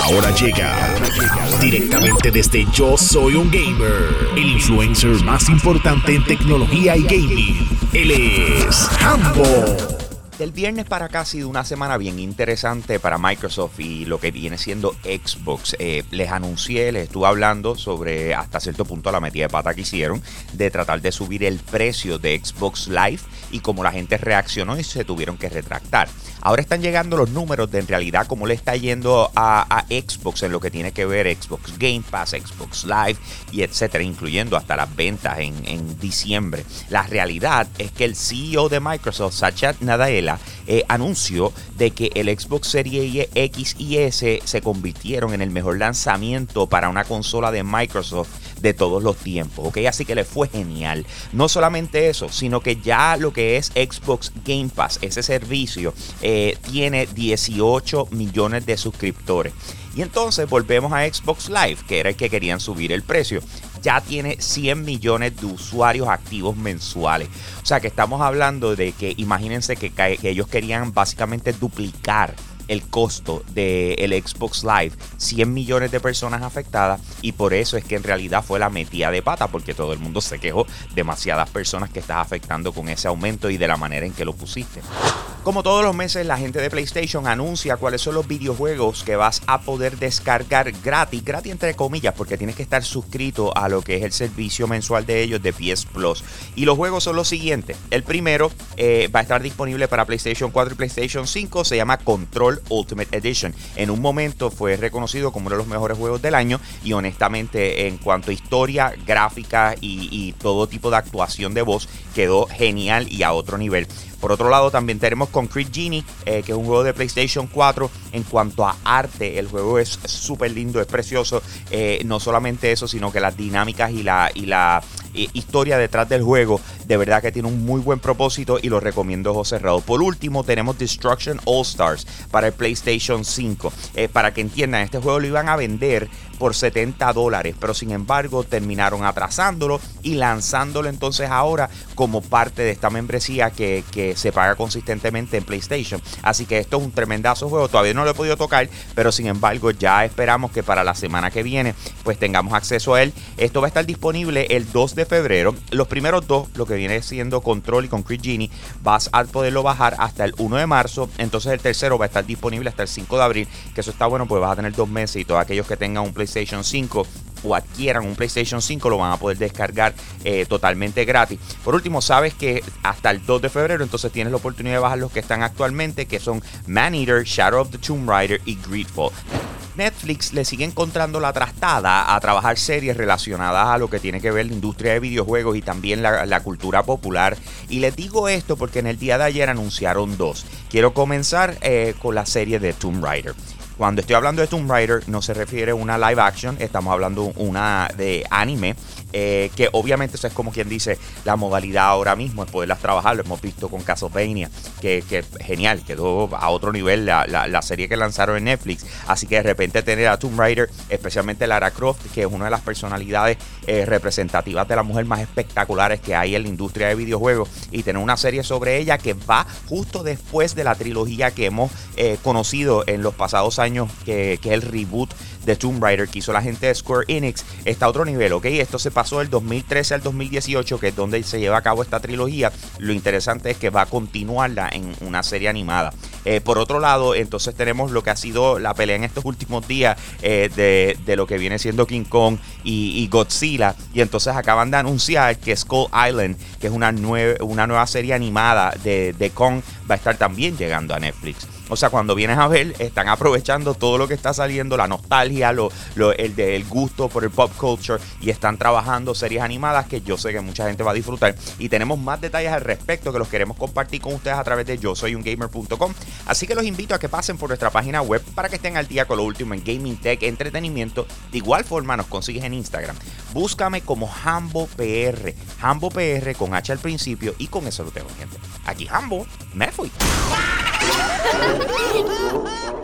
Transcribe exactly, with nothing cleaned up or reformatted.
Ahora llega directamente desde Yo Soy un Gamer, el influencer más importante en tecnología y gaming. Él es Hambo. Del viernes para acá ha sido una semana bien interesante para Microsoft y lo que viene siendo Xbox. Eh, les anuncié, les estuve hablando sobre hasta cierto punto la metida de pata que hicieron de tratar de subir el precio de Xbox Live y cómo la gente reaccionó y se tuvieron que retractar. Ahora están llegando los números de en realidad cómo le está yendo a, a Xbox en lo que tiene que ver Xbox Game Pass, Xbox Live y etcétera, incluyendo hasta las ventas en, en diciembre. La realidad es que el C E O de Microsoft, Satya Nadella, Eh, anunció de que el Xbox Series X y S se convirtieron en el mejor lanzamiento para una consola de Microsoft de todos los tiempos, ¿ok? Así que le fue genial. No solamente eso, sino que ya lo que es Xbox Game Pass, ese servicio, eh, tiene dieciocho millones de suscriptores. Y entonces volvemos a Xbox Live, que era el que querían subir el precio. Ya tiene cien millones de usuarios activos mensuales. O sea que estamos hablando de que, imagínense que, que ellos querían básicamente duplicar el costo del Xbox Live, cien millones de personas afectadas, y por eso es que en realidad fue la metida de pata, porque todo el mundo se quejó, demasiadas personas que estás afectando con ese aumento y de la manera en que lo pusiste. Como todos los meses, la gente de PlayStation anuncia cuáles son los videojuegos que vas a poder descargar gratis, gratis entre comillas, porque tienes que estar suscrito a lo que es el servicio mensual de ellos de P S Plus. Y los juegos son los siguientes. El primero eh, va a estar disponible para PlayStation cuatro y PlayStation cinco, se llama Control Ultimate Edition. En un momento fue reconocido como uno de los mejores juegos del año y honestamente en cuanto a historia, gráfica y, y todo tipo de actuación de voz quedó genial y a otro nivel. Por otro lado, también tenemos Concrete Genie, eh, que es un juego de PlayStation cuatro. En cuanto a arte, el juego es súper lindo, es precioso. Eh, no solamente eso, sino que las dinámicas y la, y la eh, historia detrás del juego, de verdad que tiene un muy buen propósito y lo recomiendo ojo cerrado. Por último, tenemos Destruction All Stars para el PlayStation cinco. Eh, para que entiendan, este juego lo iban a vender por setenta dólares, pero sin embargo terminaron atrasándolo y lanzándolo entonces ahora como parte de esta membresía que, que se paga consistentemente en PlayStation. Así que esto es un tremendazo juego, todavía no lo he podido tocar, pero sin embargo ya esperamos que para la semana que viene pues tengamos acceso a él. Esto va a estar disponible el dos de febrero. Los primeros dos, lo que viene siendo Control y Concrete Genie, vas a poderlo bajar hasta el uno de marzo. Entonces el tercero va a estar disponible hasta el cinco de abril, que eso está bueno, pues vas a tener dos meses y todos aquellos que tengan un PlayStation cinco o adquieran un PlayStation cinco lo van a poder descargar eh, totalmente gratis. Por último, sabes que hasta el dos de febrero entonces tienes la oportunidad de bajar los que están actualmente, que son Maneater, Shadow of the Tomb Raider y Greedfall. Netflix le sigue encontrando la trastada a trabajar series relacionadas a lo que tiene que ver la industria de videojuegos y también la, la cultura popular. Y les digo esto porque en el día de ayer anunciaron dos. Quiero comenzar eh, con la serie de Tomb Raider. Cuando estoy hablando de Tomb Raider no se refiere a una live action, estamos hablando una de anime, eh, que obviamente eso es como quien dice la modalidad ahora mismo, es poderlas trabajar. Lo hemos visto con Castlevania, que, que genial, quedó a otro nivel la, la, la serie que lanzaron en Netflix. Así que de repente tener a Tomb Raider, especialmente Lara Croft, que es una de las personalidades eh, representativas de la mujer más espectaculares que hay en la industria de videojuegos, y tener una serie sobre ella que va justo después de la trilogía que hemos eh, conocido en los pasados años años que, que es el reboot de Tomb Raider que hizo la gente de Square Enix, está a otro nivel, ¿ok? Esto se pasó del dos mil trece al dos mil dieciocho, que es donde se lleva a cabo esta trilogía. Lo interesante es que va a continuarla en una serie animada. Eh, por otro lado, entonces tenemos lo que ha sido la pelea en estos últimos días eh, de, de lo que viene siendo King Kong y, y Godzilla, y entonces acaban de anunciar que Skull Island, que es una, nueve, una nueva serie animada de, de Kong, va a estar también llegando a Netflix. O sea, cuando vienes a ver, están aprovechando todo lo que está saliendo, la nostalgia, lo, lo, el, de, el gusto por el pop culture, y están trabajando series animadas que yo sé que mucha gente va a disfrutar. Y tenemos más detalles al respecto que los queremos compartir con ustedes a través de yo soy un gamer punto com. Así que los invito a que pasen por nuestra página web para que estén al día con lo último en gaming, tech, entretenimiento. De igual forma nos consigues en Instagram. Búscame como Hambo P R. Hambo P R con H al principio, y con eso lo tengo, gente. Aquí Hambo, me fui.